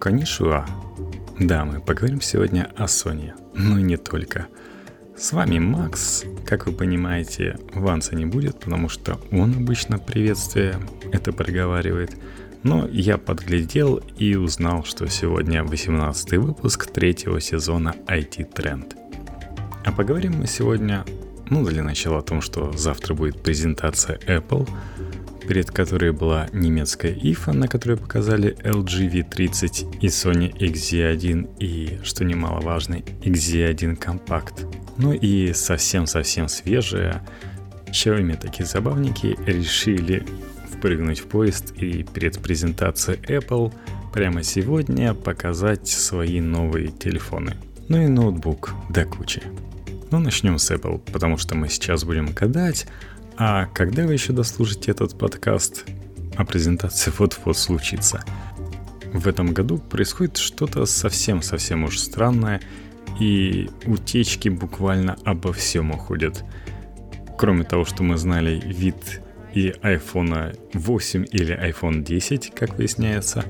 Конничуа. Да, мы поговорим сегодня о Sony, но и не только. С вами Макс. Как вы понимаете, Ванса не будет, потому что он обычно приветствие это проговаривает. Но я подглядел и узнал, что сегодня 18-й выпуск 3-го сезона IT Trend. А поговорим мы сегодня, для начала о том, что завтра будет презентация Apple, перед которой была немецкая IFA, на которой показали LG V30 и Sony XZ1 и, что немаловажно, XZ1 Compact. Ну и совсем-совсем свежие Xiaomi такие забавники решили впрыгнуть в поезд и перед презентацией Apple прямо сегодня показать свои новые телефоны. Ну и ноутбук до кучи. Начнем с Apple, потому что мы сейчас будем гадать, а когда вы еще дослушаете этот подкаст, а презентация вот-вот случится. В этом году происходит что-то совсем-совсем уж странное, и утечки буквально обо всем уходят. Кроме того, что мы знали вид и iPhone 8 или iPhone 10, как выясняется,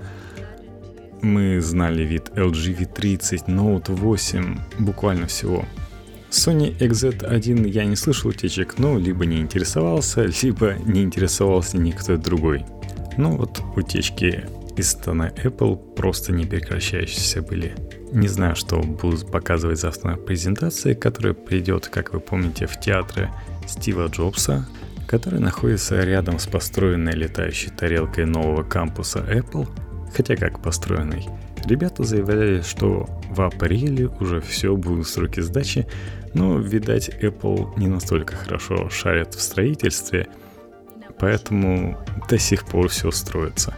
мы знали вид LG V30, Note 8, буквально всего. Sony XZ1 я не слышал утечек, но либо не интересовался, либо не интересовался никто другой. Утечки из стороны Apple просто не прекращающиеся были. Не знаю, что будут показывать завтра на презентации, которая придет, как вы помните, в театре Стива Джобса, который находится рядом с построенной летающей тарелкой нового кампуса Apple. Хотя как построенный. Ребята заявляли, что в апреле уже все будут сроки сдачи, но, видать, Apple не настолько хорошо шарят в строительстве, поэтому до сих пор все строится.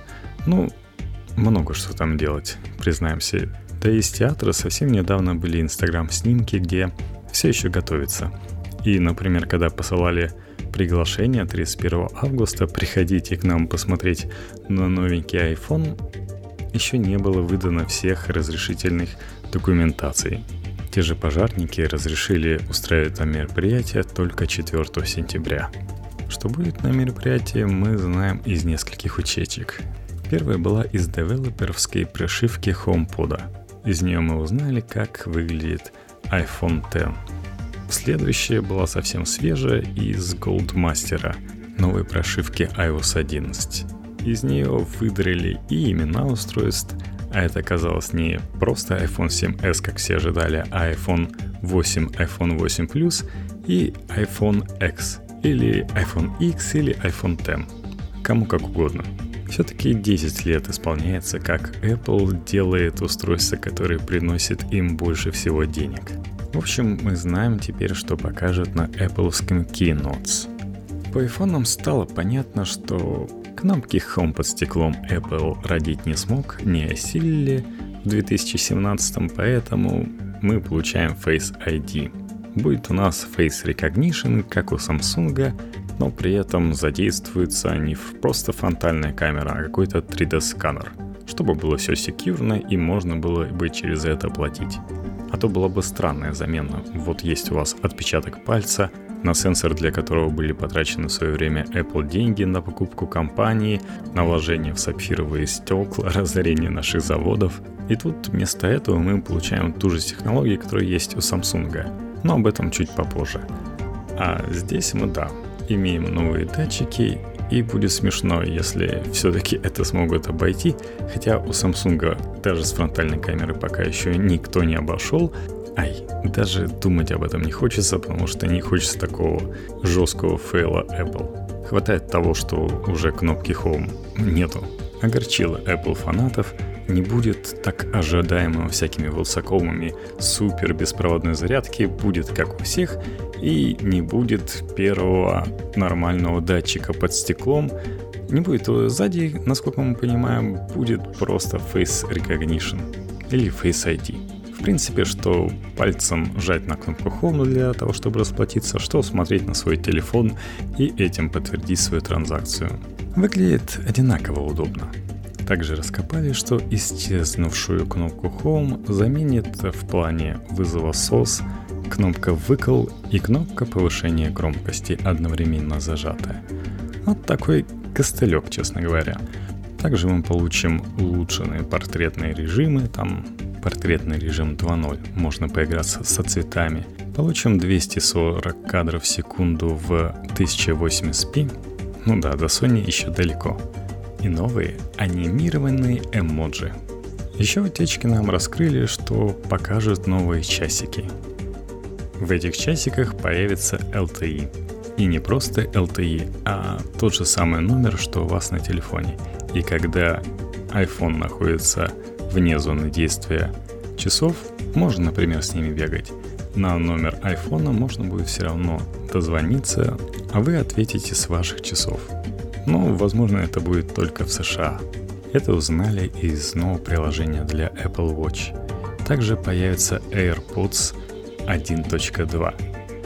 Много что там делать, признаемся. Да и из театра совсем недавно были Instagram-снимки, где все еще готовится. И, например, когда посылали приглашение 31 августа, приходите к нам посмотреть на новенький iPhone, еще не было выдано всех разрешительных документаций. Те же пожарники разрешили устраивать там мероприятие только 4 сентября. Что будет на мероприятии, мы знаем из нескольких утечек. Первая была из девелоперской прошивки HomePod. Из нее мы узнали, как выглядит iPhone X. Следующая была совсем свежая из Goldmaster, новой прошивки iOS 11. Из нее выдрали и имена устройств, а это оказалось не просто iPhone 7s, как все ожидали, а iPhone 8, iPhone 8 Plus и iPhone X, или iPhone X, или iPhone X. Кому как угодно. Все-таки 10 лет исполняется, как Apple делает устройства, которые приносят им больше всего денег. В общем, мы знаем теперь, что покажут на Apple'ском Keynotes. По айфонам стало понятно, что кнопки Home под стеклом Apple родить не смог, не осилили в 2017, поэтому мы получаем Face ID. Будет у нас Face Recognition, как у Samsung, но при этом задействуется не просто фронтальная камера, а какой-то 3D-сканер, чтобы было все секьюрно и можно было бы через это платить. А то была бы странная замена. Вот есть у вас отпечаток пальца, на сенсор, для которого были потрачены в свое время Apple деньги на покупку компании, на вложение в сапфировые стекла, разорение наших заводов. И тут вместо этого мы получаем ту же технологию, которая есть у Samsung. Но об этом чуть попозже. А здесь мы, имеем новые датчики, и будет смешно, если все-таки это смогут обойти, хотя у Samsung даже с фронтальной камерой пока еще никто не обошел. Даже думать об этом не хочется, потому что не хочется такого жесткого фейла Apple. Хватает того, что уже кнопки Home нету. Огорчило Apple фанатов, не будет так ожидаемого всякими высокомыми супер беспроводной зарядки, будет как у всех, и не будет первого нормального датчика под стеклом. Не будет его сзади, насколько мы понимаем, будет просто Face Recognition или Face ID. В принципе, что пальцем жать на кнопку Home для того, чтобы расплатиться, что смотреть на свой телефон и этим подтвердить свою транзакцию. Выглядит одинаково удобно. Также раскопали, что исчезнувшую кнопку Home заменит в плане вызова SOS кнопка «Выкл» и кнопка повышения громкости одновременно зажатая. Вот такой костылек, честно говоря. Также мы получим улучшенные портретные режимы, там портретный режим 2.0, можно поиграться со цветами. Получим 240 кадров в секунду в 1080p, ну да, до Sony еще далеко. И новые анимированные эмоджи. Еще утечки нам раскрыли, что покажут новые часики. В этих часиках появится LTE. И не просто LTE, а тот же самый номер, что у вас на телефоне. И когда iPhone находится вне зоны действия часов, можно, например, с ними бегать. На номер iPhone можно будет все равно дозвониться, а вы ответите с ваших часов. Но, возможно, это будет только в США. Это узнали из нового приложения для Apple Watch. Также появится AirPods 1.2.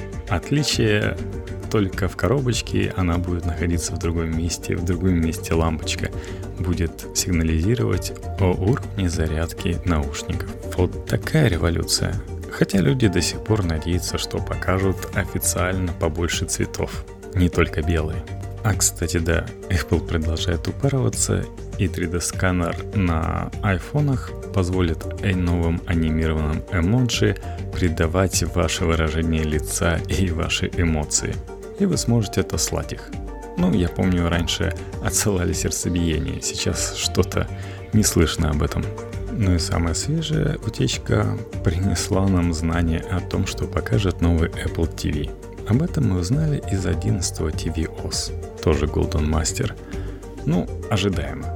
Отличие только в коробочке, она будет находиться в другом месте лампочка будет сигнализировать о уровне зарядки наушников. Вот такая революция. Хотя люди до сих пор надеются, что покажут официально побольше цветов, не только белые. А, кстати, да, Apple продолжает упарываться, и 3D-сканер на айфонах позволит новым анимированным эмоджи придавать ваше выражение лица и ваши эмоции. И вы сможете отослать их. Ну, я помню, раньше отсылали сердцебиение, сейчас что-то не слышно об этом. Ну и самая свежая утечка принесла нам знание о том, что покажет новый Apple TV. Об этом мы узнали из 11-го tvOS, тоже Golden Master. Ну, ожидаемо.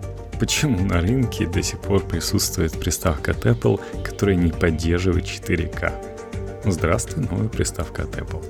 Почему на рынке до сих пор присутствует приставка от Apple, которая не поддерживает 4К? Здравствуй, новая приставка от Apple.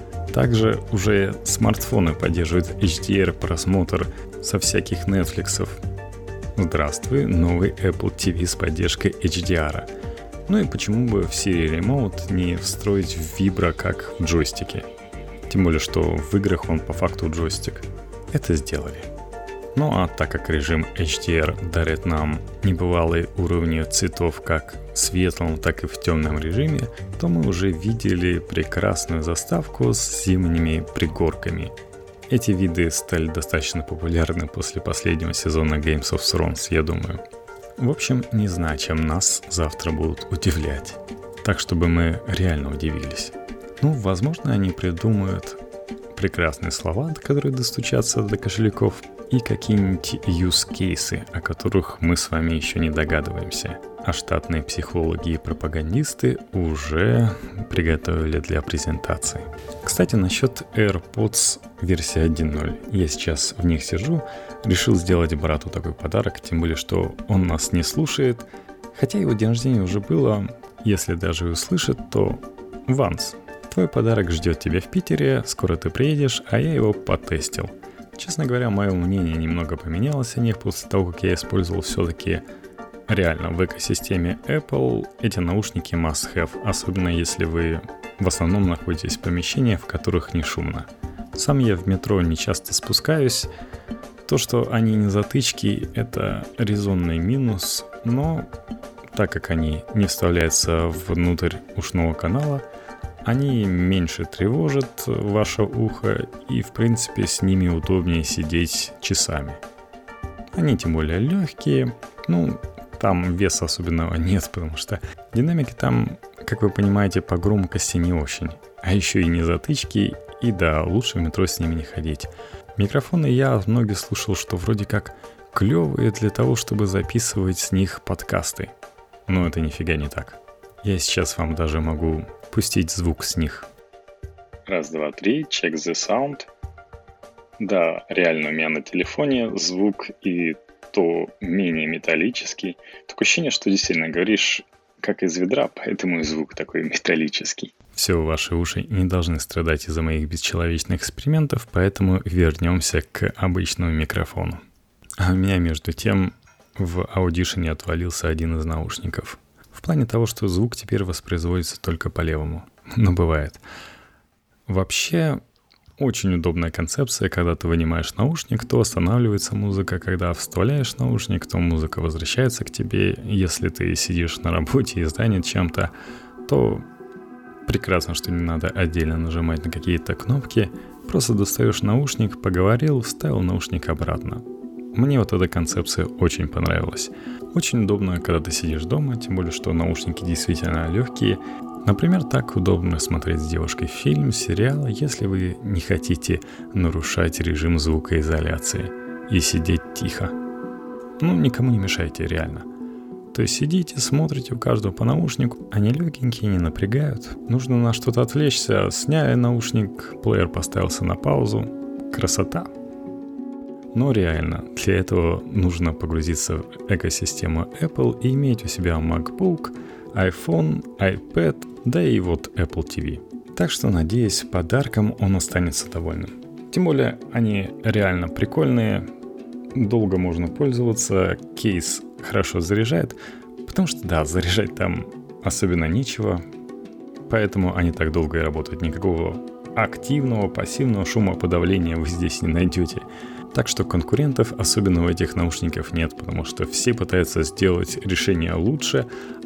Также уже смартфоны поддерживают HDR-просмотр со всяких Netflix'ов. Здравствуй, новый Apple TV с поддержкой HDR. Ну и почему бы в Siri Remote не встроить в Vibro как в джойстике? Тем более, что в играх он по факту джойстик. Это сделали. Ну а так как режим HDR дарит нам небывалые уровни цветов как в светлом, так и в темном режиме, то мы уже видели прекрасную заставку с зимними пригорками. Эти виды стали достаточно популярны после последнего сезона Games of Thrones, я думаю. В общем, не знаю, чем нас завтра будут удивлять. Так, чтобы мы реально удивились. Ну, возможно, они придумают прекрасные слова, которые достучатся до кошельков, и какие-нибудь use-кейсы, о которых мы с вами еще не догадываемся. А штатные психологи и пропагандисты уже приготовили для презентации. Кстати, насчет AirPods версии 1.0. Я сейчас в них сижу, решил сделать брату такой подарок, тем более, что он нас не слушает. Хотя его день рождения уже было, если даже и услышит, то Ванс, твой подарок ждет тебя в Питере, скоро ты приедешь, а я его потестил. Честно говоря, мое мнение немного поменялось о них после того, как я использовал все-таки реально в экосистеме Apple эти наушники must-have, особенно если вы в основном находитесь в помещениях, в которых не шумно. Сам я в метро не часто спускаюсь. То, что они не затычки, это резонный минус, но так как они не вставляются внутрь ушного канала, они меньше тревожат ваше ухо, и в принципе с ними удобнее сидеть часами. Они тем более легкие, там веса особенного нет, потому что динамики там, как вы понимаете, по громкости не очень. А еще и не затычки, и да, лучше в метро с ними не ходить. Микрофоны я многих слушал, что вроде как клевые для того, чтобы записывать с них подкасты. Но это нифига не так. Я сейчас вам даже могу пустить звук с них. Раз, два, три, check the sound. Да, реально у меня на телефоне звук и то менее металлический. Такое ощущение, что действительно говоришь как из ведра, поэтому и звук такой металлический. Все, ваши уши не должны страдать из-за моих бесчеловечных экспериментов, поэтому вернемся к обычному микрофону. А у меня, между тем, в Audition отвалился один из наушников. В плане того, что звук теперь воспроизводится только по левому. Но бывает. Вообще, очень удобная концепция, когда ты вынимаешь наушник, то останавливается музыка, когда вставляешь наушник, то музыка возвращается к тебе. Если ты сидишь на работе и занят чем-то, то прекрасно, что не надо отдельно нажимать на какие-то кнопки. Просто достаешь наушник, поговорил, вставил наушник обратно. Мне вот эта концепция очень понравилась. Очень удобно, когда ты сидишь дома, тем более, что наушники действительно легкие. Например, так удобно смотреть с девушкой фильм, сериал, если вы не хотите нарушать режим звукоизоляции и сидеть тихо. Никому не мешайте, реально. То есть сидите, смотрите, у каждого по наушнику, они легенькие, не напрягают. Нужно на что-то отвлечься, сняли наушник, плеер поставился на паузу. Красота. Но реально, для этого нужно погрузиться в экосистему Apple и иметь у себя MacBook, iPhone, iPad, да и вот Apple TV. Так что, надеюсь, подарком он останется довольным. Тем более, они реально прикольные, долго можно пользоваться, кейс хорошо заряжает, потому что, да, заряжать там особенно нечего, поэтому они так долго и работают. Никакого активного, пассивного шумоподавления вы здесь не найдете. Так что конкурентов особенно у этих наушников нет, потому что все пытаются сделать решение лучше,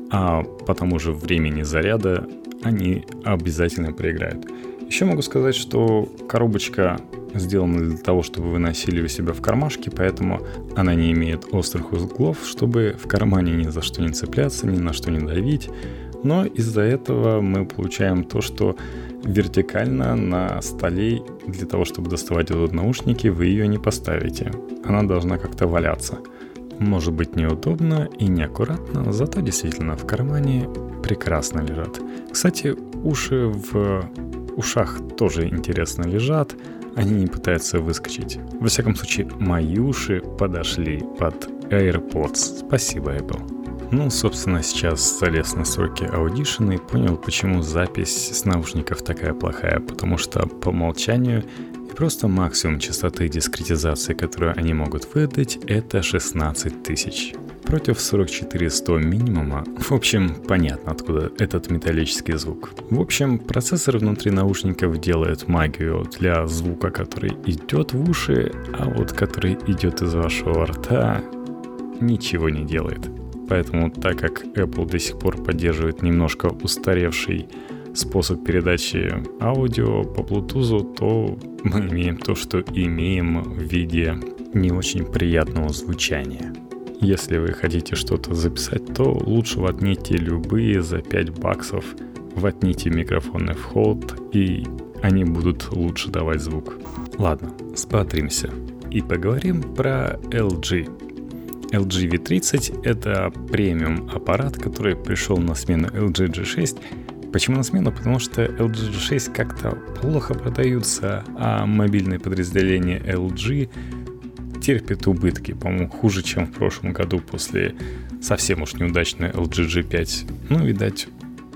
а по тому же времени заряда они обязательно проиграют. Еще могу сказать, что коробочка сделана для того, чтобы вы носили у себя в кармашке, поэтому она не имеет острых углов, чтобы в кармане ни за что не цепляться, ни на что не давить. Но из-за этого мы получаем то, что вертикально на столе для того, чтобы доставать вот наушники, вы ее не поставите. Она должна как-то валяться. Может быть неудобно и неаккуратно, зато действительно в кармане прекрасно лежат. Кстати, уши в ушах тоже интересно лежат, они не пытаются выскочить. Во всяком случае, мои уши подошли под AirPods. Спасибо, Apple. Собственно, сейчас залез в настройки Audition и понял, почему запись с наушников такая плохая. Потому что по умолчанию и просто максимум частоты дискретизации, которую они могут выдать, это 16 тысяч. Против 44-100 минимума. В общем, понятно, откуда этот металлический звук. В общем, процессор внутри наушников делает магию для звука, который идет в уши, а вот который идет из вашего рта, ничего не делает. Поэтому, так как Apple до сих пор поддерживает немножко устаревший способ передачи аудио по Bluetooth, то мы имеем то, что имеем в виде не очень приятного звучания. Если вы хотите что-то записать, то лучше воткните любые за $5, воткните микрофоны в холд, и они будут лучше давать звук. Ладно, спотримся и поговорим про LG. LG V30 — это премиум аппарат, который пришел на смену LG G6. Почему на смену? Потому что LG G6 как-то плохо продаются, а мобильное подразделение LG терпит убытки, по-моему, хуже, чем в прошлом году после совсем уж неудачной LG G5. Видать,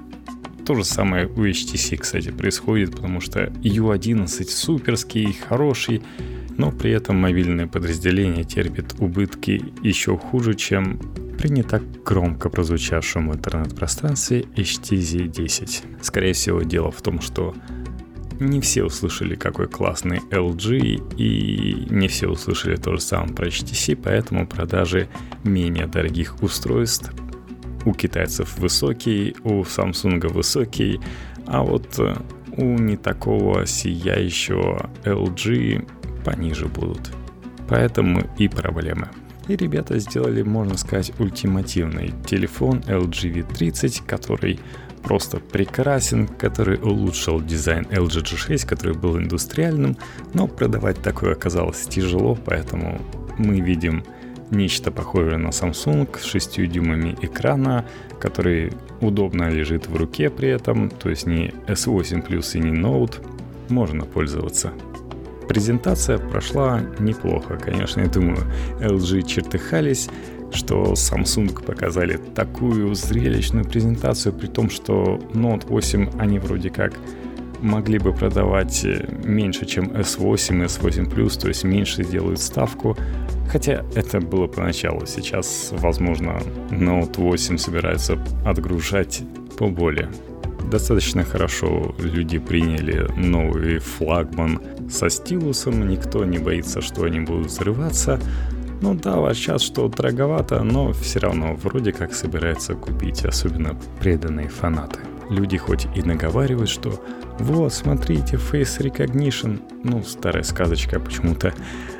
то же самое у HTC, кстати, происходит, потому что U11 суперский, хороший, но при этом мобильное подразделение терпит убытки еще хуже, чем при не так громко прозвучавшем в интернет-пространстве HTC 10. Скорее всего, дело в том, что не все услышали, какой классный LG, и не все услышали то же самое про HTC, поэтому продажи менее дорогих устройств у китайцев высокие, у Samsung высокие, а вот у не такого сияющего LG пониже будут. Поэтому и проблемы. И ребята сделали, можно сказать, ультимативный телефон LG V30, который просто прекрасен, который улучшил дизайн LG G6, который был индустриальным, но продавать такое оказалось тяжело, поэтому мы видим нечто похожее на Samsung с 6 дюймами экрана, который удобно лежит в руке при этом, то есть не S8 Plus и не Note, можно пользоваться. Презентация прошла неплохо, конечно, я думаю, LG чертыхались, что Samsung показали такую зрелищную презентацию, при том, что Note 8 они вроде как могли бы продавать меньше, чем S8 и S8 Plus, то есть меньше делают ставку, хотя это было поначалу, сейчас, возможно, Note 8 собираются отгружать поболее. Достаточно хорошо люди приняли новый флагман со стилусом, никто не боится, что они будут взрываться. Сейчас что дороговато, но все равно вроде как собираются купить, особенно преданные фанаты. Люди хоть и наговаривают, что вот, смотрите, Face Recognition, старая сказочка, почему-то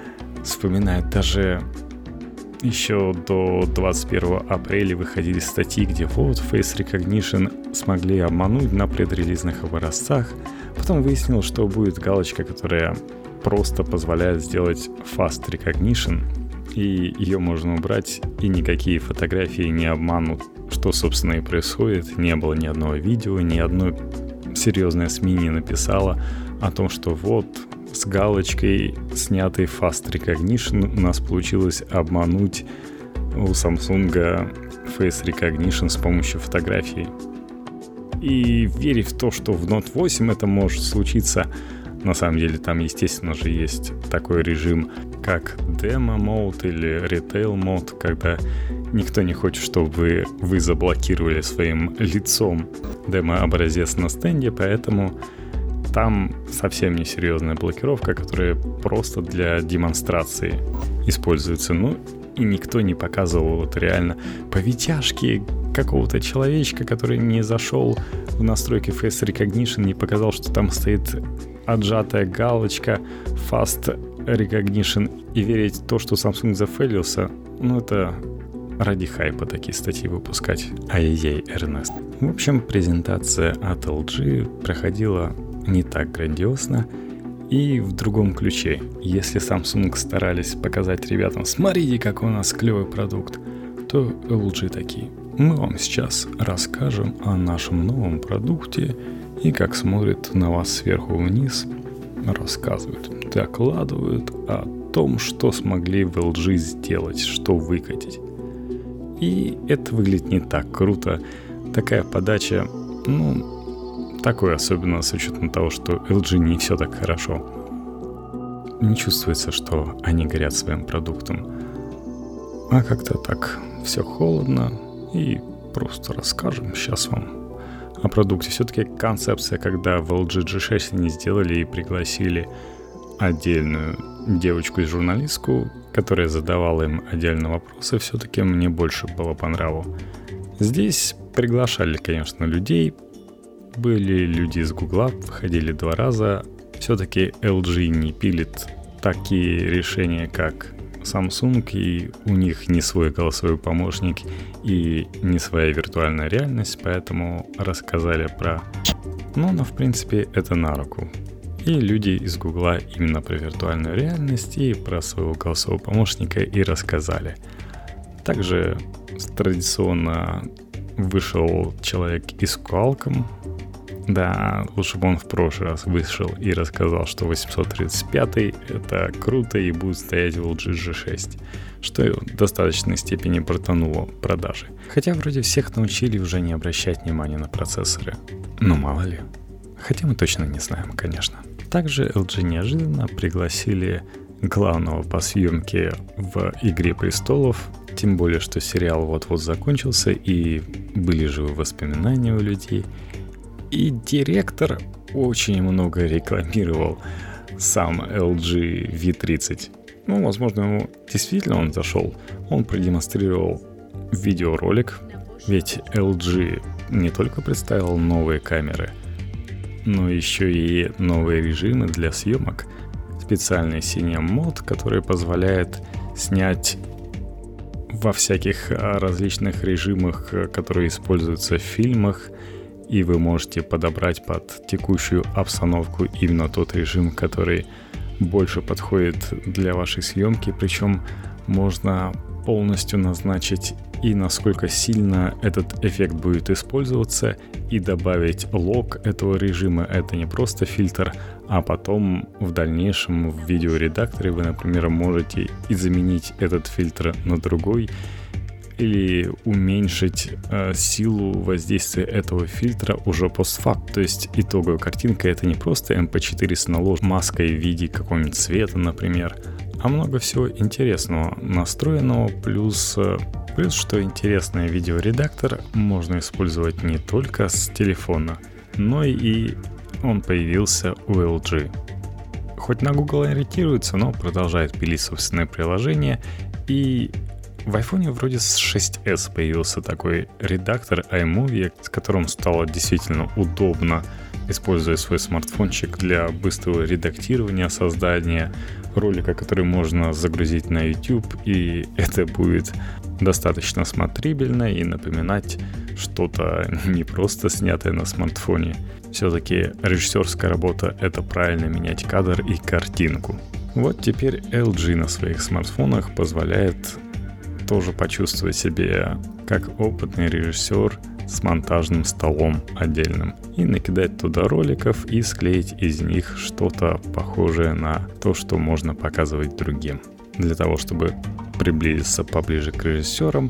вспоминает даже еще до 21 апреля выходили статьи, где вот Face Recognition смогли обмануть на предрелизных образцах. Потом выяснилось, что будет галочка, которая просто позволяет сделать Fast Recognition, и ее можно убрать, и никакие фотографии не обманут, что, собственно, и происходит. Не было ни одного видео, ни одной серьезная СМИ не написала о том, что вот с галочкой, снятой Fast Recognition, у нас получилось обмануть у Samsung Face Recognition с помощью фотографий. И веря в то, что в Note 8 это может случиться, на самом деле там, естественно же, есть такой режим, как Demo Mode или Retail Mode, когда никто не хочет, чтобы вы заблокировали своим лицом демо-образец на стенде, поэтому там совсем не серьезная блокировка, которая просто для демонстрации используется. Ну, и никто не показывал вот реально по витяжке какого-то человечка, который не зашел в настройки Face Recognition, не показал, что там стоит отжатая галочка Fast Recognition, и верить в то, что Samsung зафейлился, ну, это ради хайпа такие статьи выпускать. Ай-яй-яй, Эрнест. В общем, презентация от LG проходила не так грандиозно и в другом ключе. Если Samsung старались показать ребятам, смотрите, какой у нас клевый продукт, то LG такие: мы вам сейчас расскажем о нашем новом продукте, и как смотрят на вас сверху вниз, рассказывают, докладывают о том, что смогли в LG сделать, что выкатить. И это выглядит не так круто. Такая подача, такой, особенно с учетом того, что LG не все так хорошо. Не чувствуется, что они горят своим продуктом. А как-то так все холодно, и просто расскажем сейчас вам о продукте. Все-таки концепция, когда в LG G6 они сделали и пригласили отдельную девочку из журналистку, которая задавала им отдельные вопросы, все-таки мне больше было по нраву. Здесь приглашали, конечно, людей. Были люди из Гугла, выходили 2 раза. Все-таки LG не пилит такие решения, как Samsung, и у них не свой голосовой помощник и не своя виртуальная реальность, поэтому рассказали про... но в принципе, это на руку. И люди из Гугла именно про виртуальную реальность и про своего голосового помощника и рассказали. Также традиционно вышел человек из Qualcomm. Да, лучше бы он в прошлый раз вышел и рассказал, что 835-й это круто и будет стоять в LG G6, что в достаточной степени портануло продажи. Хотя вроде всех научили уже не обращать внимания на процессоры. Но мало ли. Хотя мы точно не знаем, конечно. Также LG неожиданно пригласили главного по съемке в «Игре престолов», тем более, что сериал вот-вот закончился и были живы воспоминания у людей. И директор очень много рекламировал сам LG V30. Возможно, ему действительно он зашел. Он продемонстрировал видеоролик, ведь LG не только представил новые камеры, но еще и новые режимы для съемок. Специальный Cinema Mode, который позволяет снять во всяких различных режимах, которые используются в фильмах, и вы можете подобрать под текущую обстановку именно тот режим, который больше подходит для вашей съемки. Причем можно полностью назначить и насколько сильно этот эффект будет использоваться, и добавить лог этого режима. Это не просто фильтр, а потом в дальнейшем в видеоредакторе вы, например, можете и заменить этот фильтр на другой, или уменьшить силу воздействия этого фильтра уже постфакт. То есть итоговая картинка — это не просто MP4 с маской в виде какого-нибудь цвета, например, а много всего интересного настроенного, плюс что интересно, видеоредактор можно использовать не только с телефона, но и он появился у LG. Хоть на Google ориентируется, но продолжает пилить собственное приложение, и в iPhone вроде с 6s появился такой редактор iMovie, с которым стало действительно удобно, используя свой смартфончик для быстрого редактирования, создания ролика, который можно загрузить на YouTube, и это будет достаточно смотрибельно и напоминать что-то не просто снятое на смартфоне. Все-таки режиссерская работа — это правильно менять кадр и картинку. Вот теперь LG на своих смартфонах позволяет тоже почувствовать себя как опытный режиссер с монтажным столом отдельным и накидать туда роликов и склеить из них что-то похожее на то, что можно показывать другим. Для того, чтобы приблизиться поближе к режиссерам,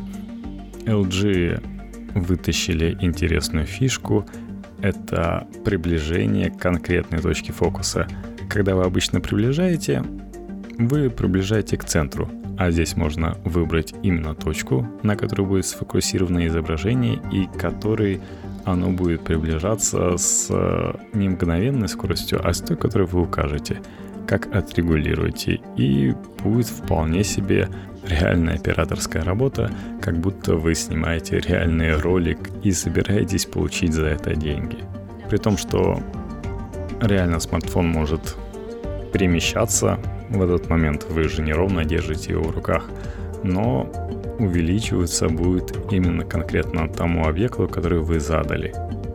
LG вытащили интересную фишку. Это приближение к конкретной точке фокуса. Когда вы обычно приближаете, вы приближаете к центру, а здесь можно выбрать именно точку, на которой будет сфокусировано изображение и к которой оно будет приближаться с не мгновенной скоростью, а с той, которую вы укажете, как отрегулируете. И будет вполне себе реальная операторская работа, как будто вы снимаете реальный ролик и собираетесь получить за это деньги. При том, что реально смартфон может перемещаться в этот момент, вы же неровно держите его в руках, но увеличиваться будет именно конкретно тому объекту, который вы задали.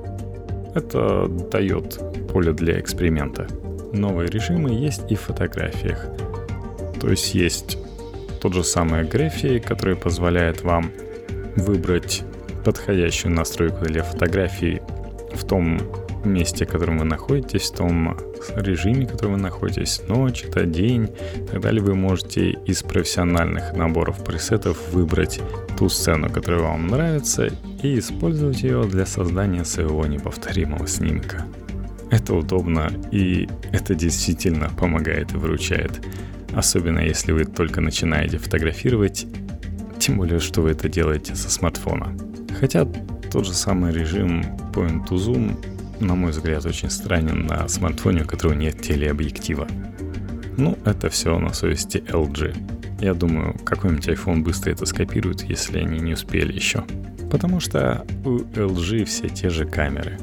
Это дает поле для эксперимента. Новые режимы есть и в фотографиях. То есть есть тот же самый графи, который позволяет вам выбрать подходящую настройку для фотографий в том месте, в котором вы находитесь, в том режиме, в котором вы находитесь, ночь, это день и так далее. Вы можете из профессиональных наборов пресетов выбрать ту сцену, которая вам нравится, и использовать ее для создания своего неповторимого снимка. Это удобно, и это действительно помогает и выручает. Особенно если вы только начинаете фотографировать, тем более, что вы это делаете со смартфона. Хотя тот же самый режим Point to Zoom, на мой взгляд, очень странен на смартфоне, у которого нет телеобъектива. Ну, это все на совести LG. Я думаю, какой-нибудь iPhone быстро это скопирует, если они не успели еще. Потому что у LG все те же камеры.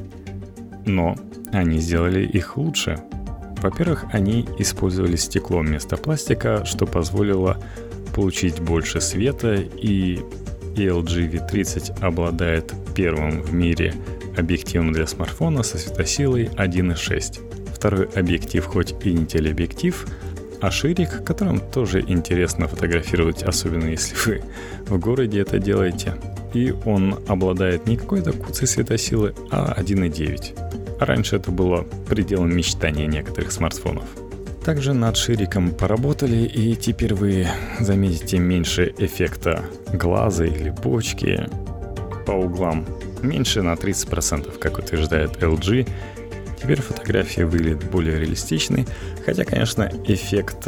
Но они сделали их лучше. Во-первых, они использовали стекло вместо пластика, что позволило получить больше света, и LG V30 обладает первым в мире объективом для смартфона со светосилой 1.6. Второй объектив хоть и не телеобъектив, а ширик, которым тоже интересно фотографировать, особенно если вы в городе это делаете. И он обладает не какой-то куцей светосилы, а 1.9. А раньше это было пределом мечтания некоторых смартфонов. Также над шириком поработали, и теперь вы заметите меньше эффекта глаза или бочки по углам. Меньше на 30%, как утверждает LG. Теперь фотография выглядит более реалистичной, хотя, конечно, эффект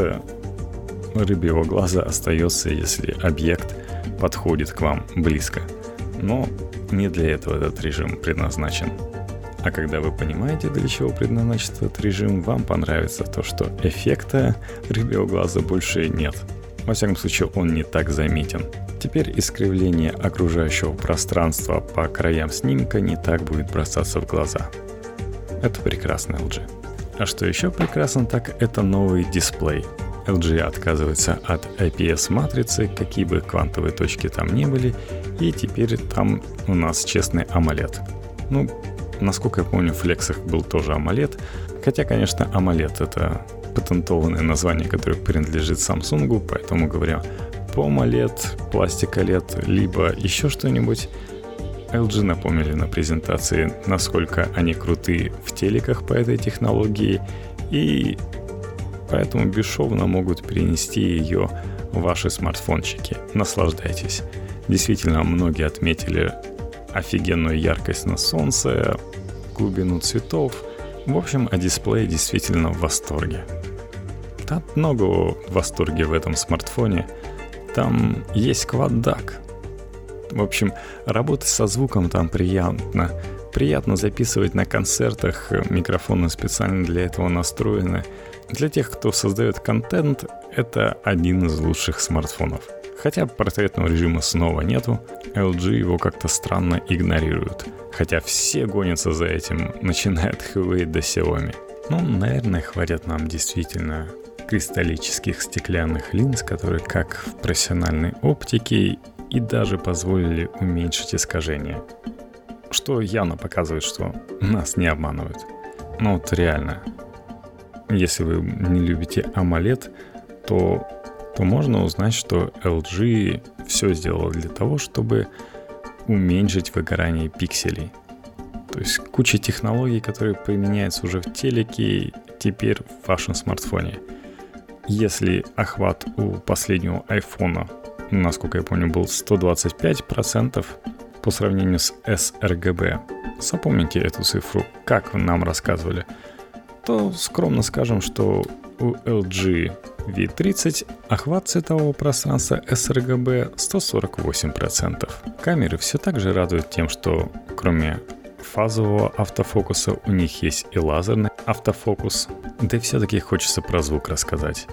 рыбьего глаза остается, если объект подходит к вам близко. Но не для этого этот режим предназначен. А когда вы понимаете, для чего предназначен этот режим, вам понравится то, что эффекта рыбьего глаза больше нет. Во всяком случае, он не так заметен. Теперь искривление окружающего пространства по краям снимка не так будет бросаться в глаза. Это прекрасно, LG. А что еще прекрасно, так это новый дисплей. LG отказывается от IPS-матрицы, какие бы квантовые точки там ни были, и теперь там у нас честный AMOLED. Ну, насколько я помню, в Flex'ах был тоже AMOLED, хотя, конечно, AMOLED — это патентованное название, которое принадлежит Samsung, поэтому говорю POMOLED, Plastic OLED, либо еще что-нибудь. LG напомнили на презентации, насколько они крутые в телеках по этой технологии, и поэтому бесшовно могут перенести ее в ваши смартфончики. Наслаждайтесь. Действительно, многие отметили офигенную яркость на солнце, глубину цветов. В общем, о дисплее действительно в восторге. Там много в восторге в этом смартфоне. Там есть Quad DAC. В общем, работать со звуком там приятно. Приятно записывать на концертах. Микрофоны специально для этого настроены. Для тех, кто создает контент, это один из лучших смартфонов. Хотя портретного режима снова нету, LG его как-то странно игнорирует. Хотя все гонятся за этим, начиная от Huawei до Xiaomi. Ну, наверное, хватит нам действительно кристаллических стеклянных линз, которые как в профессиональной оптике и даже позволили уменьшить искажения. Что явно показывает, что нас не обманывают. Но вот реально, если вы не любите AMOLED, то можно узнать, что LG все сделала для того, чтобы уменьшить выгорание пикселей. То есть куча технологий, которые применяются уже в телеке, теперь в вашем смартфоне. Если охват у последнего айфона, насколько я помню, был 125% по сравнению с sRGB, запомните эту цифру, как нам рассказывали, то скромно скажем, что у LG V30 охват цветового пространства sRGB 148%. Камеры все так же радуют тем, что кроме фазового автофокуса у них есть и лазерный автофокус. Да и все-таки хочется про звук рассказать.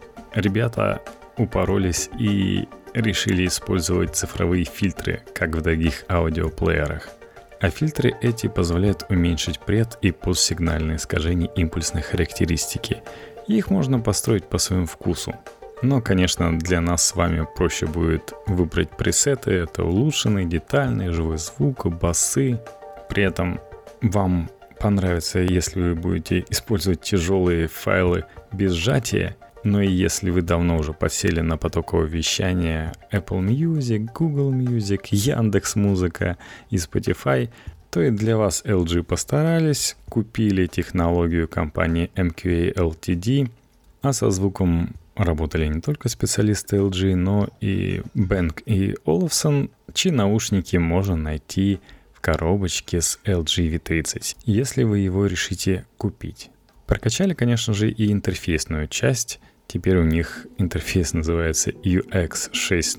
Ребята упоролись и решили использовать цифровые фильтры, как в других аудиоплеерах. А фильтры эти позволяют уменьшить пред- и постсигнальные искажения импульсной характеристики. И их можно построить по своему вкусу. Но, конечно, для нас с вами проще будет выбрать пресеты. Это улучшенный, детальный, живой звук, басы. При этом вам понравится, если вы будете использовать тяжелые файлы без сжатия. Но и если вы давно уже подсели на потоковое вещание Apple Music, Google Music, Яндекс.Музыка и Spotify, то и для вас LG постарались, купили технологию компании MQA Ltd, а со звуком работали не только специалисты LG, но и Bang и Olufsen, чьи наушники можно найти в коробочке с LG V30, если вы его решите купить. Прокачали, конечно же, и интерфейсную часть. Теперь у них интерфейс называется UX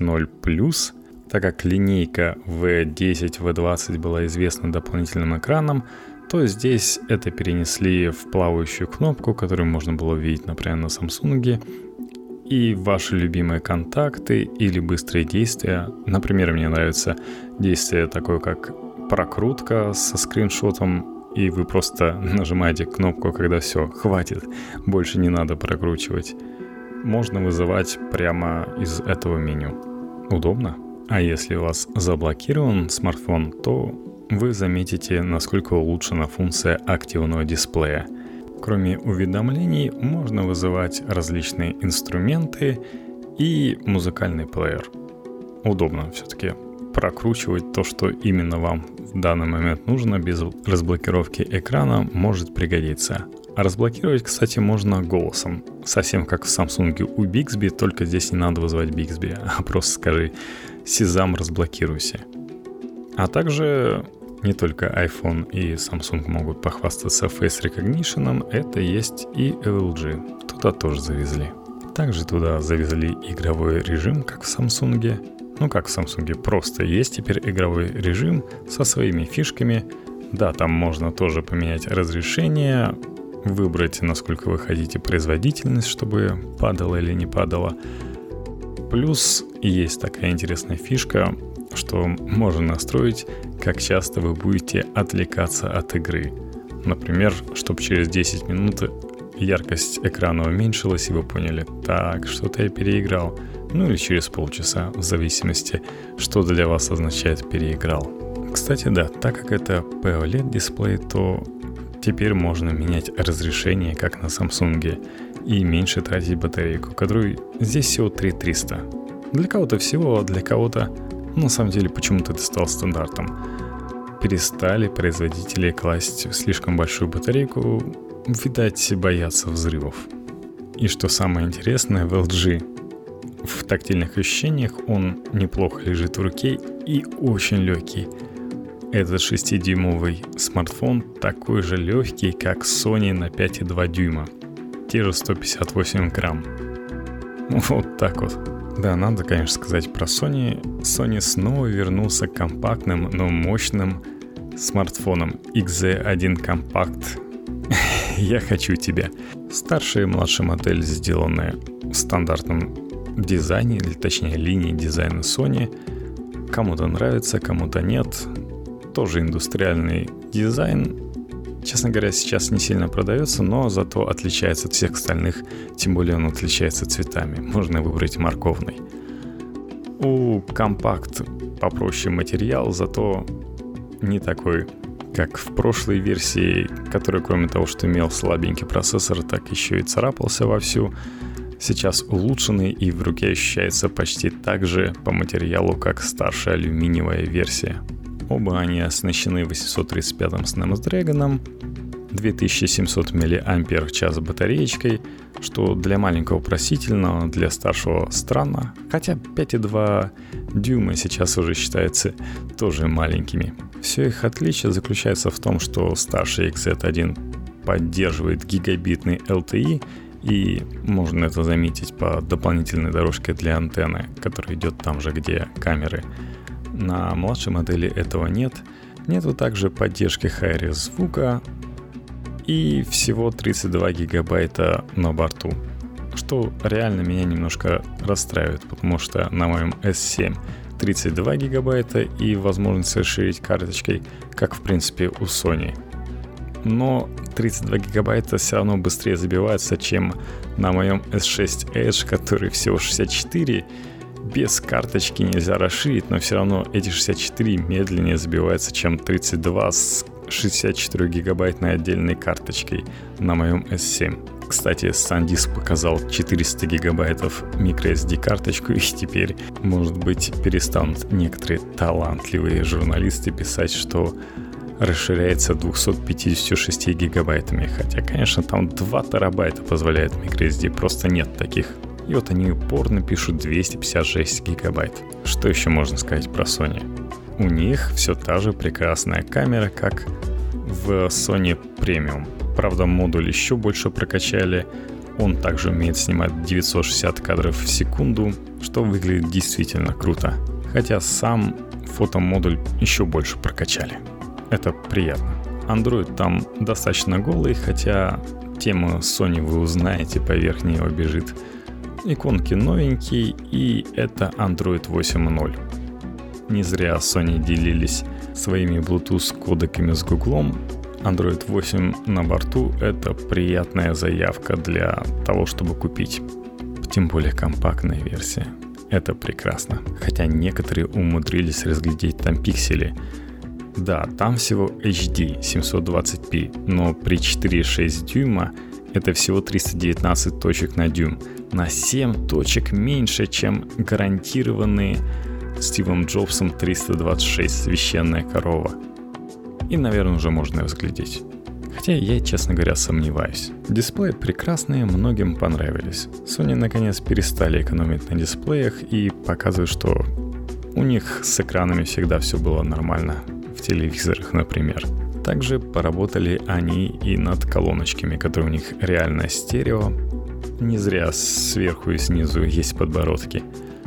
6.0+. Так как линейка V10, V20 была известна дополнительным экраном, то здесь это перенесли в плавающую кнопку, которую можно было увидеть, например, на Samsung. И ваши любимые контакты или быстрые действия. Например, мне нравится действие такое, как прокрутка со скриншотом, и вы просто нажимаете кнопку, когда все, хватит, больше не надо прокручивать. Можно вызывать прямо из этого меню. Удобно. А если у вас заблокирован смартфон, то вы заметите, насколько улучшена функция активного дисплея. Кроме уведомлений, можно вызывать различные инструменты и музыкальный плеер. Удобно все-таки прокручивать то, что именно вам в данный момент нужно, без разблокировки экрана может пригодиться. А разблокировать, кстати, можно голосом. Совсем как в Samsung у Bixby, только здесь не надо вызывать Bixby, а просто скажи «Сезам, разблокируйся». А также не только iPhone и Samsung могут похвастаться Face Recognition, это есть и LG. Туда тоже завезли. Также туда завезли игровой режим, как в Samsung. Ну, как в Samsung, просто есть теперь игровой режим со своими фишками. Да, там можно тоже поменять разрешение, выбрать, насколько вы хотите производительность, чтобы падала или не падала. Плюс есть такая интересная фишка, что можно настроить, как часто вы будете отвлекаться от игры. Например, чтобы через 10 минут яркость экрана уменьшилась, и вы поняли, так, что-то я переиграл. Ну или через полчаса, в зависимости, что для вас означает переиграл. Кстати, да, так как это POLED дисплей, то теперь можно менять разрешение, как на Samsung, и меньше тратить батарейку, которую здесь всего 3300. Для кого-то всего, а для кого-то, на самом деле, почему-то это стало стандартом. Перестали производители класть слишком большую батарейку, видать, боятся взрывов. И что самое интересное, в LG в тактильных ощущениях он неплохо лежит в руке и очень легкий. Этот 6-дюймовый смартфон такой же легкий, как Sony на 5,2 дюйма. Те же 158 грамм. Вот так вот. Да, надо, конечно, сказать про Sony. Sony снова вернулся к компактным, но мощным смартфоном XZ1 Compact. Я хочу тебя. Старшая и младшая модель сделаны в стандартном дизайне, или точнее линии дизайна Sony. Кому-то нравится, кому-то нет. Тоже индустриальный дизайн. Честно говоря, сейчас не сильно продается, но зато отличается от всех остальных, тем более он отличается цветами. Можно выбрать морковный. У компакт попроще материал, зато не такой, как в прошлой версии, который кроме того, что имел слабенький процессор, так еще и царапался вовсю. Сейчас улучшенный и в руке ощущается почти так же по материалу, как старшая алюминиевая версия. Оба они оснащены 835-м Snapdragon, 2700 мАч батареечкой, что для маленького просительного, для старшего странно, хотя 5,2 дюйма сейчас уже считается тоже маленькими. Все их отличие заключается в том, что старший XZ1 поддерживает гигабитный LTE, и можно это заметить по дополнительной дорожке для антенны, которая идет там же, где камеры. На младшей модели этого нет. Нету также поддержки Hi-Res звука и всего 32 гигабайта на борту, что реально меня немножко расстраивает, потому что на моем S7 32 гигабайта и возможность расширить карточкой, как в принципе у Sony. Но 32 гигабайта все равно быстрее забивается, чем на моем S6 Edge, который всего 64. Без карточки нельзя расширить, но все равно эти 64 медленнее забиваются, чем 32 с 64 гигабайтной отдельной карточкой на моем S7. Кстати, SanDisk показал 400 гигабайтов microSD карточку, и теперь, может быть, перестанут некоторые талантливые журналисты писать, что расширяется 256 гигабайтами. Хотя, конечно, там 2 терабайта позволяет microSD, просто нет таких. И вот они упорно пишут 256 гигабайт. Что еще можно сказать про Sony? У них все та же прекрасная камера, как в Sony Premium. Правда, модуль еще больше прокачали. Он также умеет снимать 960 кадров в секунду, что выглядит действительно круто. Хотя сам фотомодуль еще больше прокачали. Это приятно. Android там достаточно голый, хотя тему Sony вы узнаете, поверх него бежит. Иконки новенькие, и это Android 8.0. Не зря Sony делились своими Bluetooth кодеками с Google. Android 8 на борту — это приятная заявка для того, чтобы купить. Тем более компактная версия. Это прекрасно. Хотя некоторые умудрились разглядеть там пиксели. Да, там всего HD 720p, но при 4,6 дюйма это всего 319 точек на дюйм. На 7 точек меньше, чем гарантированные Стивом Джобсом 326 священная корова. И, наверное, уже можно разглядеть. Хотя я, честно говоря, сомневаюсь. Дисплеи прекрасные, многим понравились. Sony наконец перестали экономить на дисплеях и показывают, что у них с экранами всегда все было нормально. В телевизорах, например. Также поработали они и над колоночками, которые у них реально стерео. Не зря сверху и снизу есть подбородки.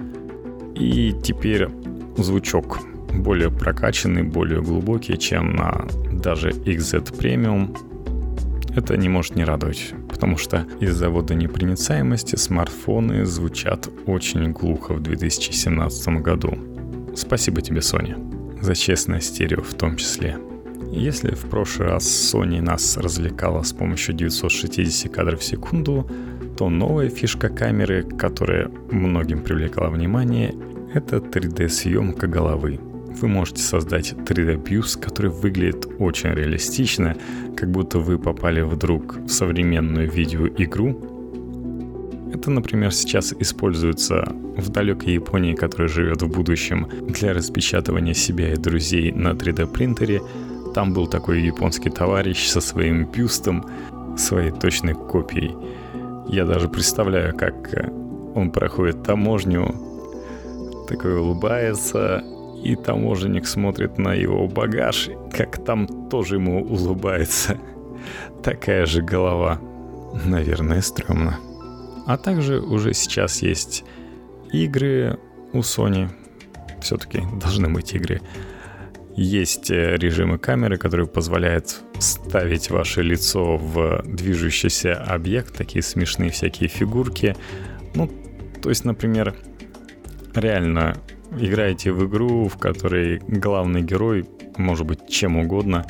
И теперь звучок более прокачанный, более глубокий, чем на даже XZ Premium. Это не может не радовать, потому что из-за водонепроницаемости смартфоны звучат очень глухо в 2017 году. Спасибо тебе, Sony, за честное стерео в том числе. Если в прошлый раз Sony нас развлекала с помощью 960 кадров в секунду, то новая фишка камеры, которая многим привлекла внимание, это 3D-съемка головы. Вы можете создать 3D-бьюст, который выглядит очень реалистично, как будто вы попали вдруг в современную видеоигру. Это, например, сейчас используется в далекой Японии, которая живет в будущем, для распечатывания себя и друзей на 3D-принтере. Там был такой японский товарищ со своим бюстом, своей точной копией. Я даже представляю, как он проходит таможню, такой улыбается, и таможенник смотрит на его багаж, как там тоже ему улыбается. Такая же голова. Наверное, стрёмно. А также уже сейчас есть игры у Sony. Все-таки должны быть игры. Есть режимы камеры, которые позволяют ставить ваше лицо в движущийся объект, такие смешные всякие фигурки. Ну, то есть, например, реально играете в игру, в которой главный герой может быть чем угодно,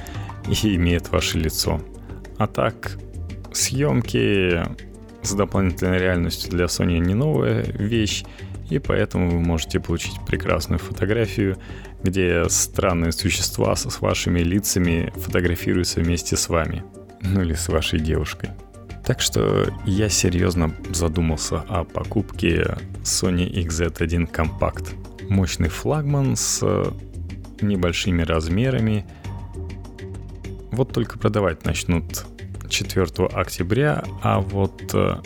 и имеет ваше лицо. А так, съемки с дополнительной реальностью для Sony не новая вещь, и поэтому вы можете получить прекрасную фотографию, где странные существа с вашими лицами фотографируются вместе с вами. Ну или с вашей девушкой. Так что я серьезно задумался о покупке Sony XZ1 Compact. Мощный флагман с небольшими размерами. Вот только продавать начнут 4 октября, а вот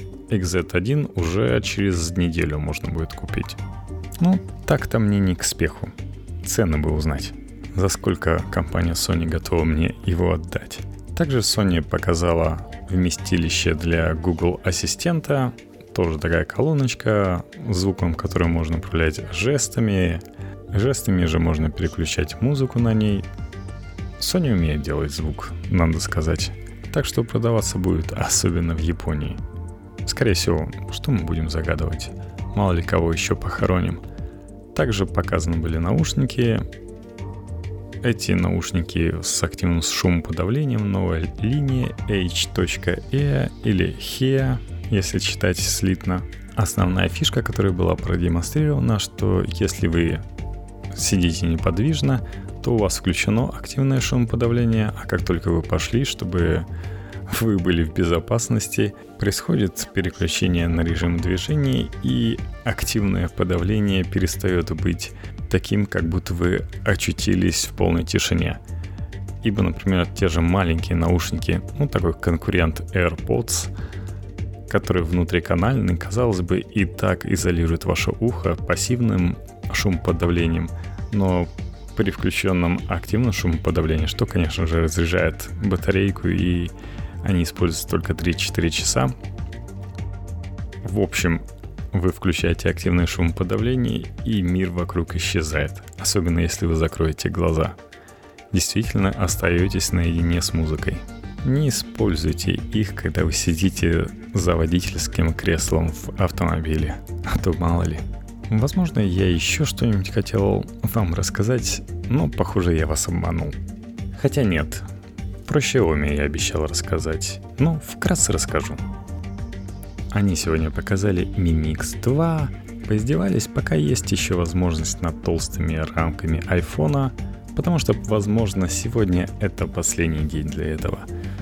XZ1 уже через неделю можно будет купить. Ну, так-то мне не к спеху. Цены бы узнать, за сколько компания Sony готова мне его отдать. Также Sony показала вместилище для Google Ассистента. Тоже такая колоночка, звуком которой можно управлять жестами. Жестами же можно переключать музыку на ней. Sony умеет делать звук, надо сказать. Так что продаваться будет, особенно в Японии. Скорее всего, что мы будем загадывать? Мало ли кого еще похороним. Также показаны были наушники. Эти наушники с активным шумоподавлением, новая линия H.E или HE, если читать слитно. Основная фишка, которая была продемонстрирована, что если вы сидите неподвижно, то у вас включено активное шумоподавление, а как только вы пошли, чтобы вы были в безопасности, происходит переключение на режим движения, и активное подавление перестает быть таким, как будто вы очутились в полной тишине. Ибо, например, те же маленькие наушники, такой конкурент AirPods, который внутриканальный, казалось бы, и так изолирует ваше ухо пассивным шумоподавлением, но при включенном активном шумоподавлении, что, конечно же, разряжает батарейку, и они используются только 3-4 часа. В общем, вы включаете активное шумоподавление, и мир вокруг исчезает, особенно если вы закроете глаза. Действительно остаетесь наедине с музыкой. Не используйте их, когда вы сидите за водительским креслом в автомобиле, а то мало ли. Возможно, я еще что-нибудь хотел вам рассказать, но, похоже, я вас обманул. Хотя нет, про Xiaomi я обещал рассказать, но вкратце расскажу. Они сегодня показали Mi Mix 2, поиздевались, пока есть еще возможность над толстыми рамками айфона, потому что, возможно, сегодня это последний день для этого.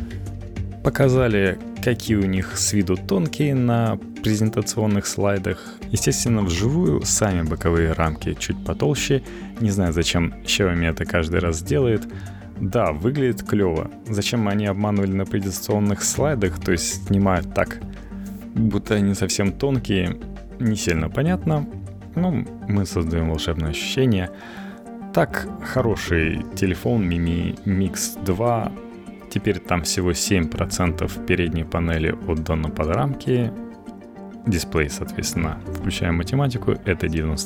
Показали, какие у них с виду тонкие на презентационных слайдах. Естественно, вживую сами боковые рамки чуть потолще. Не знаю, зачем Xiaomi это каждый раз делает. Да, выглядит клево. Зачем они обманывали на презентационных слайдах, то есть снимают так, будто они совсем тонкие, не сильно понятно. Но мы создаем волшебное ощущение. Так, хороший телефон Mi Mix 2. Теперь там всего 7% передней панели отдано под рамки. Дисплей, соответственно, включая математику, это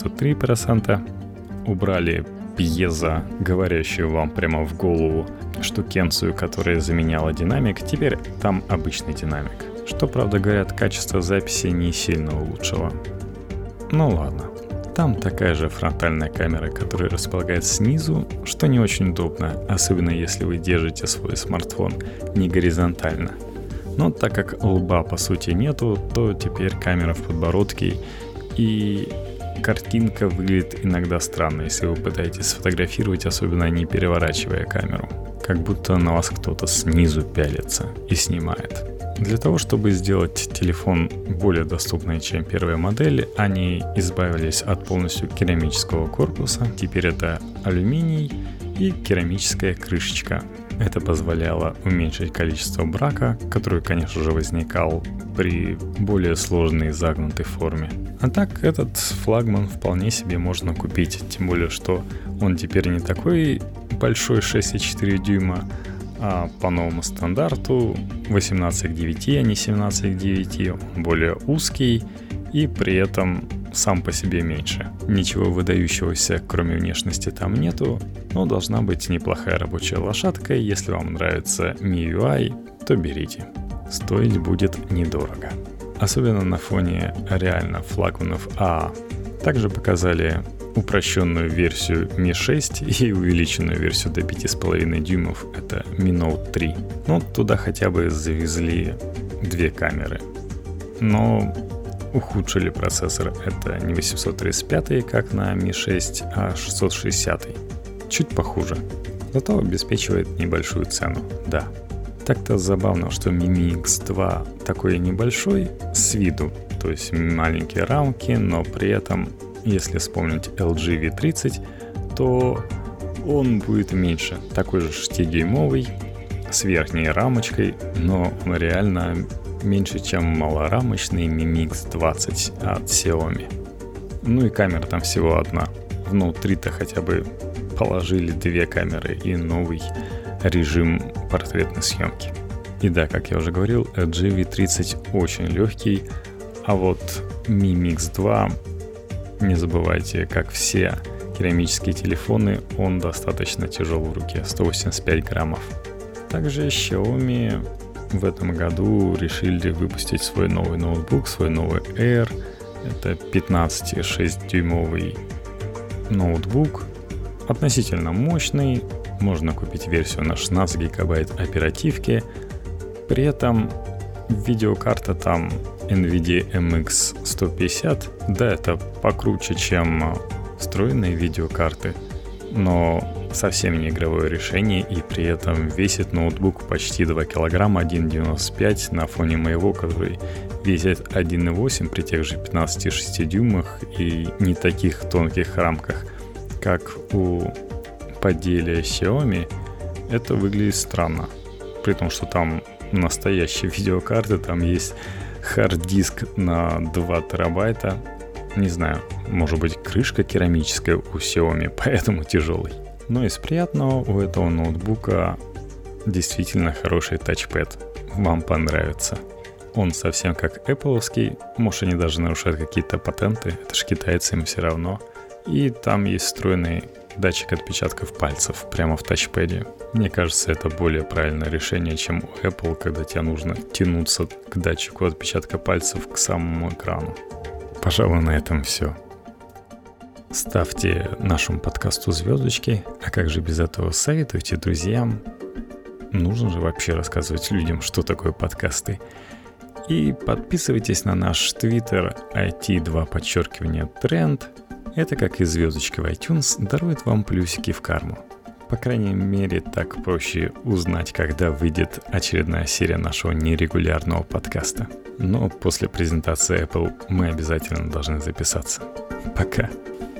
93%. Убрали пьезо, говорящую вам прямо в голову штукенцию, которая заменяла динамик. Теперь там обычный динамик. Что, правда, говорят, качество записи не сильно улучшило. Ну ладно. Там такая же фронтальная камера, которая располагается снизу, что не очень удобно, особенно если вы держите свой смартфон не горизонтально. Но так как лба по сути нету, то теперь камера в подбородке, и картинка выглядит иногда странно, если вы пытаетесь сфотографировать, особенно не переворачивая камеру. Как будто на вас кто-то снизу пялится и снимает. Для того, чтобы сделать телефон более доступный, чем первая модель, они избавились от полностью керамического корпуса. Теперь это алюминий и керамическая крышечка. Это позволяло уменьшить количество брака, который, конечно же, возникал при более сложной и загнутой форме. А так, этот флагман вполне себе можно купить, тем более, что он теперь не такой большой 6,4 дюйма, а по новому стандарту 18 к 9, а не 17 к 9, он более узкий и при этом сам по себе меньше. Ничего выдающегося, кроме внешности, там нету, но должна быть неплохая рабочая лошадка. Если вам нравится MIUI, то берите. Стоить будет недорого. Особенно на фоне реально флагманов АА. Также показали упрощенную версию Mi 6 и увеличенную версию до 5,5 дюймов, это Mi Note 3. Ну, туда хотя бы завезли 2 камеры. Но ухудшили процессор. Это не 835, как на Mi 6, а 660. Чуть похуже. Зато обеспечивает небольшую цену, да. Так-то забавно, что Mi Mix 2 такой небольшой с виду, то есть маленькие рамки, но при этом, если вспомнить LG V30, то он будет меньше. Такой же 6-дюймовый, с верхней рамочкой, но он реально меньше, чем малорамочный Mi Mix 20 от Xiaomi. Ну и камера там всего одна. В Note 3-то хотя бы положили 2 камеры и новый режим портретной съемки. И да, как я уже говорил, LG V30 очень легкий, а вот Mi Mix 2, не забывайте, как все керамические телефоны, он достаточно тяжел в руке, 185 граммов. Также Xiaomi в этом году решили выпустить свой новый ноутбук, свой новый Air. Это 15,6-дюймовый ноутбук, относительно мощный. Можно купить версию на 16 гигабайт оперативки. При этом видеокарта там NVIDIA MX 150. Да, это покруче, чем встроенные видеокарты, но совсем не игровое решение, и при этом весит ноутбук почти 2 килограмма, 1,95 на фоне моего, который весит 1,8 при тех же 15,6 дюймах и не таких тонких рамках, как у поделия Xiaomi. Это выглядит странно, при том, что там настоящие видеокарты, там есть хард-диск на 2 терабайта. Не знаю, может быть, крышка керамическая у Xiaomi, поэтому тяжелый. Но из приятного, у этого ноутбука действительно хороший тачпэд. Вам понравится. Он совсем как Apple'овский. Может, они даже нарушают какие-то патенты. Это ж китайцы, им все равно. И там есть встроенный датчик отпечатков пальцев прямо в тачпэде. Мне кажется, это более правильное решение, чем у Apple, когда тебе нужно тянуться к датчику отпечатка пальцев к самому экрану. Пожалуй, на этом все. Ставьте нашему подкасту звездочки, а как же без этого советуйте друзьям. Нужно же вообще рассказывать людям, что такое подкасты. И подписывайтесь на наш твиттер IT2_тренд. Это, как и звездочка в iTunes, дарует вам плюсики в карму. По крайней мере, так проще узнать, когда выйдет очередная серия нашего нерегулярного подкаста. Но после презентации Apple мы обязательно должны записаться. Пока!